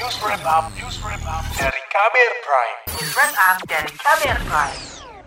News Wrap Up dari Kamer Prime. News Wrap Up dari Kamer Prime.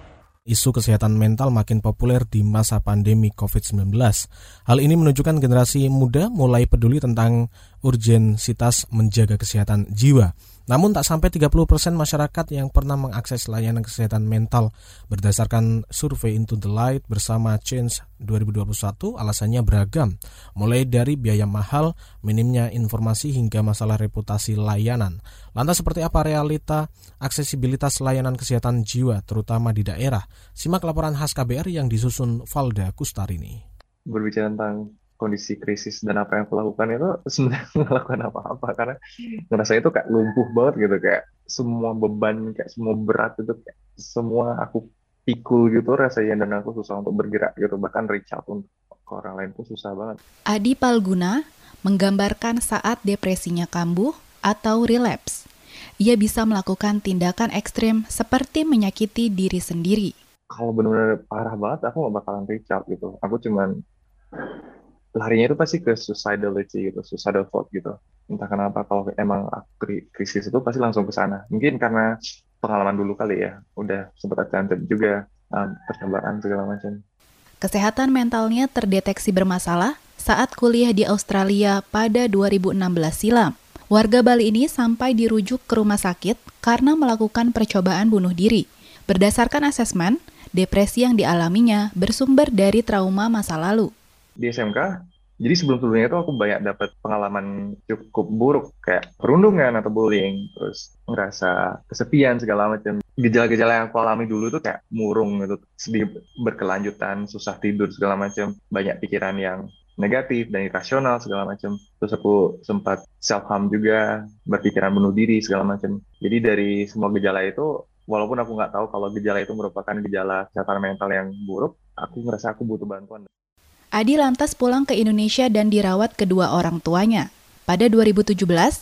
Isu kesehatan mental makin populer di masa pandemi COVID-19. Hal ini menunjukkan generasi muda mulai peduli tentang urgensitas menjaga kesehatan jiwa. Namun tak sampai 30% masyarakat yang pernah mengakses layanan kesehatan mental berdasarkan survei Into the Light bersama Change 2021 alasannya beragam. Mulai dari biaya mahal, minimnya informasi hingga masalah reputasi layanan. Lantas seperti apa realita aksesibilitas layanan kesehatan jiwa terutama di daerah? Simak laporan khas KBR yang disusun Valda Kustarini. Berbicara tentang kondisi krisis dan apa yang aku lakukan itu sebenarnya nggak lakukan apa-apa karena ngerasa itu kayak lumpuh banget gitu, kayak semua beban, kayak semua berat itu, kayak semua aku pikul gitu rasanya, dan aku susah untuk bergerak gitu, bahkan reach out untuk ke orang lain pun susah banget. Adi Palguna menggambarkan saat depresinya kambuh atau relapse. Ia bisa melakukan tindakan ekstrim seperti menyakiti diri sendiri. Kalau benar-benar parah banget aku nggak bakalan reach out gitu, aku cuman larinya itu pasti ke suicidality gitu, suicidal thought gitu. Entah kenapa kalau emang krisis itu pasti langsung ke sana. Mungkin karena pengalaman dulu kali ya, udah sempat ancam juga, percobaan segala macam. Kesehatan mentalnya terdeteksi bermasalah saat kuliah di Australia pada 2016 silam. Warga Bali ini sampai dirujuk ke rumah sakit karena melakukan percobaan bunuh diri. Berdasarkan asesmen, depresi yang dialaminya bersumber dari trauma masa lalu. Di SMK, jadi sebelum-sebelumnya itu aku banyak dapat pengalaman cukup buruk, kayak perundungan atau bullying, terus ngerasa kesepian segala macam. Gejala-gejala yang aku alami dulu tuh kayak murung gitu, sedih berkelanjutan, susah tidur segala macam, banyak pikiran yang negatif dan irasional segala macam. Terus aku sempat self-harm juga, berpikiran bunuh diri segala macam. Jadi dari semua gejala itu, walaupun aku nggak tahu kalau gejala itu merupakan gejala kesehatan mental yang buruk, aku ngerasa aku butuh bantuan. Adi lantas pulang ke Indonesia dan dirawat kedua orang tuanya. Pada 2017,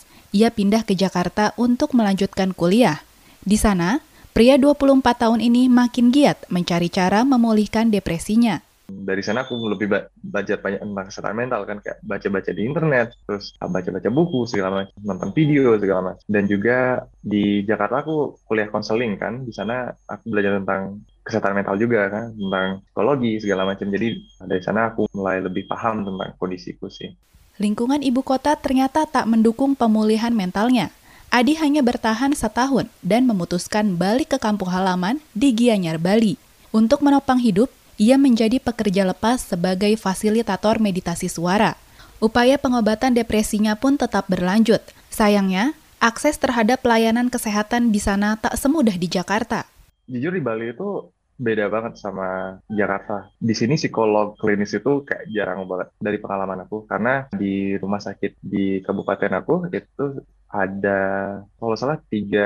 ia pindah ke Jakarta untuk melanjutkan kuliah. Di sana, pria 24 tahun ini makin giat mencari cara memulihkan depresinya. Dari sana aku lebih belajar banyak tentang kesehatan mental kan, kayak baca-baca di internet, terus baca-baca buku segala macam, nonton video segala macam. Dan juga di Jakarta aku kuliah konseling kan, di sana aku belajar tentang kesehatan mental juga kan, tentang psikologi segala macam. Jadi dari sana aku mulai lebih paham tentang kondisiku sih. Lingkungan ibu kota ternyata tak mendukung pemulihan mentalnya. Adi hanya bertahan setahun dan memutuskan balik ke kampung halaman di Gianyar, Bali. Untuk menopang hidup, ia menjadi pekerja lepas sebagai fasilitator meditasi suara. Upaya pengobatan depresinya pun tetap berlanjut. Sayangnya, akses terhadap pelayanan kesehatan di sana tak semudah di Jakarta. Jujur di Bali itu beda banget sama Jakarta. Di sini psikolog klinis itu kayak jarang banget dari pengalaman aku. Karena di rumah sakit di kabupaten aku itu ada, kalau salah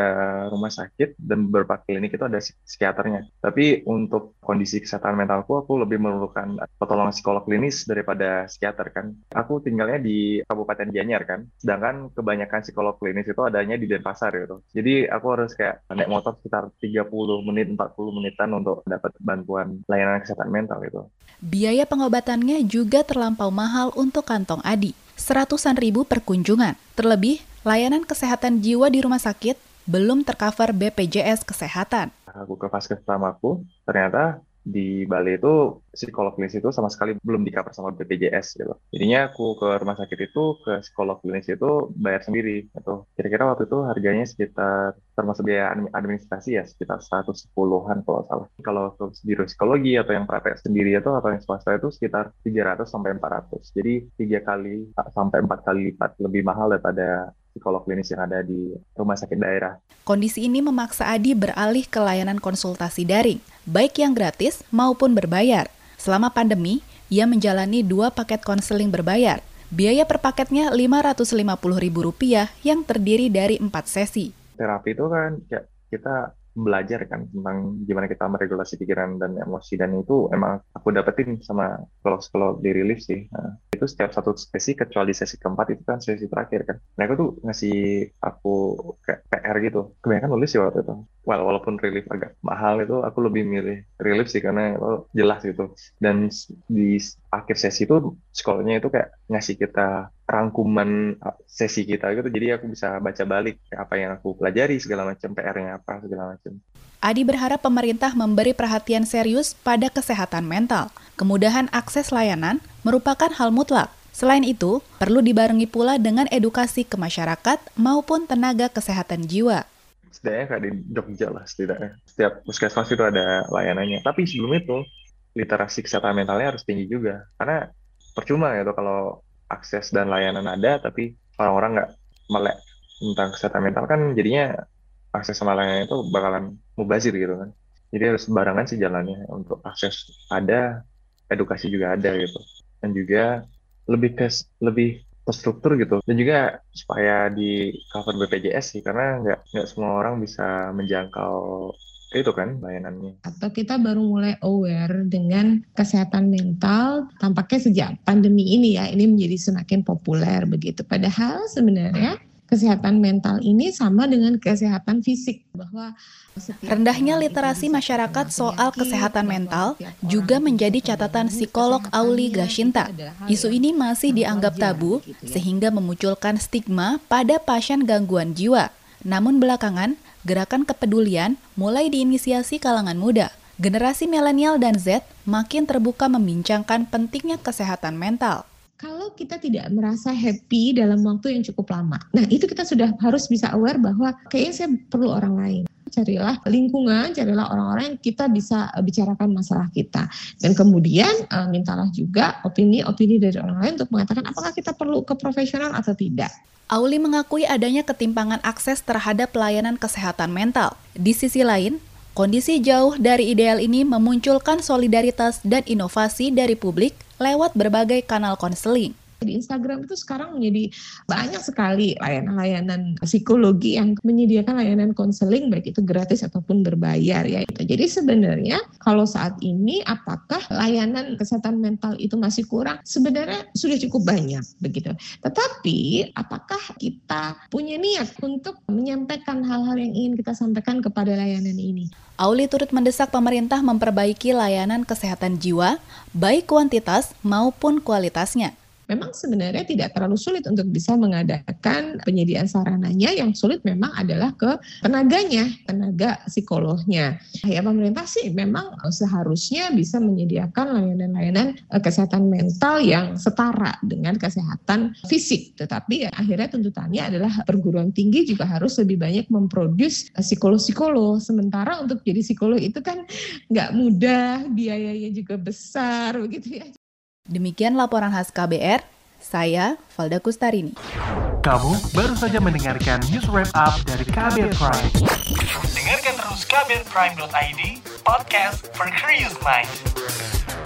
3 rumah sakit dan beberapa klinik itu ada psikiaternya. Tapi untuk kondisi kesehatan mentalku, aku lebih memerlukan pertolongan psikolog klinis daripada psikiater kan. Aku tinggalnya di Kabupaten Gianyar kan, sedangkan kebanyakan psikolog klinis itu adanya di Denpasar gitu. Jadi aku harus kayak naik motor sekitar 30 menit, 40 menitan untuk dapat bantuan layanan kesehatan mental gitu. Biaya pengobatannya juga terlampau mahal untuk kantong Adi, seratusan ribu per kunjungan. Terlebih, layanan kesehatan jiwa di rumah sakit belum tercover BPJS Kesehatan. Aku ke vaskes pertamaku, ternyata di Bali itu psikolog klinis itu sama sekali belum di-cover sama BPJS gitu. Jadinya aku ke rumah sakit itu, ke psikolog klinis itu bayar sendiri gitu. Kira-kira waktu itu harganya sekitar, termasuk biaya administrasi ya, sekitar 110-an kalau salah. Kalau ke biro psikologi atau yang praktek sendiri itu atau yang swasta itu sekitar 300 sampai 400. Jadi 3 kali sampai 4 kali lipat lebih mahal daripada psikolog klinis yang ada di rumah sakit daerah. Kondisi ini memaksa Adi beralih ke layanan konsultasi daring, baik yang gratis maupun berbayar. Selama pandemi, ia menjalani 2 paket konseling berbayar. Biaya per paketnya Rp550.000 yang terdiri dari 4 sesi. Terapi itu kan kayak kita belajar kan tentang gimana kita meregulasi pikiran dan emosi, dan itu emang aku dapetin sama psikolog di Relief sih. Nah, itu itu setiap satu sesi, kecuali sesi keempat itu kan sesi terakhir kan. Mereka tuh ngasih aku kayak PR gitu. Kebanyakan nulis sih waktu itu. Walaupun relief agak mahal itu, aku lebih milih relief sih karena itu jelas gitu. Dan di akhir sesi itu psikolognya itu kayak ngasih kita rangkuman sesi kita gitu. Jadi aku bisa baca balik apa yang aku pelajari segala macam, PR-nya apa segala macam. Adi berharap pemerintah memberi perhatian serius pada kesehatan mental. Kemudahan akses layanan merupakan hal mutlak. Selain itu, perlu dibarengi pula dengan edukasi ke masyarakat maupun tenaga kesehatan jiwa. Setidaknya kayak di Jogja lah setidaknya. Setiap puskesmas itu ada layanannya. Tapi sebelum itu, literasi kesehatan mentalnya harus tinggi juga. Karena percuma gitu kalau akses dan layanan ada, tapi orang-orang nggak melek tentang kesehatan mental kan jadinya akses sama layanan itu bakalan mubazir gitu kan. Jadi harus barengan sih jalannya, untuk akses ada, edukasi juga ada gitu. Dan juga lebih terstruktur gitu. Dan juga supaya di cover BPJS sih, karena nggak semua orang bisa menjangkau itu kan layanannya. Atau kita baru mulai aware dengan kesehatan mental tampaknya sejak pandemi ini ya, ini menjadi semakin populer begitu. Padahal sebenarnya kesehatan mental ini sama dengan kesehatan fisik, bahwa rendahnya literasi masyarakat soal kesehatan mental juga menjadi catatan psikolog Auli Gashinta. Isu ini masih dianggap tabu sehingga memunculkan stigma pada pasien gangguan jiwa. Namun belakangan, gerakan kepedulian mulai diinisiasi kalangan muda. Generasi milenial dan Z makin terbuka membincangkan pentingnya kesehatan mental. Kalau kita tidak merasa happy dalam waktu yang cukup lama, nah itu kita sudah harus bisa aware bahwa kayaknya saya perlu orang lain. Carilah lingkungan, carilah orang-orang yang kita bisa bicarakan masalah kita. Dan kemudian mintalah juga opini-opini dari orang lain untuk mengatakan apakah kita perlu ke profesional atau tidak. Auli mengakui adanya ketimpangan akses terhadap pelayanan kesehatan mental. Di sisi lain, kondisi jauh dari ideal ini memunculkan solidaritas dan inovasi dari publik lewat berbagai kanal konseling. Di Instagram itu sekarang menjadi banyak sekali layanan-layanan psikologi yang menyediakan layanan konseling, baik itu gratis ataupun berbayar ya. Jadi sebenarnya kalau saat ini apakah layanan kesehatan mental itu masih kurang? Sebenarnya sudah cukup banyak begitu. Tetapi apakah kita punya niat untuk menyampaikan hal-hal yang ingin kita sampaikan kepada layanan ini? Auli turut mendesak pemerintah memperbaiki layanan kesehatan jiwa, baik kuantitas maupun kualitasnya. Memang sebenarnya tidak terlalu sulit untuk bisa mengadakan penyediaan sarananya, yang sulit memang adalah ke tenaganya, tenaga psikolognya. Ya pemerintah sih memang seharusnya bisa menyediakan layanan-layanan kesehatan mental yang setara dengan kesehatan fisik. Tetapi ya, akhirnya tuntutannya adalah perguruan tinggi juga harus lebih banyak memproduce psikolog-psikolog. Sementara untuk jadi psikolog itu kan nggak mudah, biayanya juga besar begitu ya. Demikian laporan khas KBR, saya Valda Kustarini. Kamu baru saja mendengarkan news wrap up dari KBR Prime. Dengarkan terus kbrprime.id, podcast for curious mind.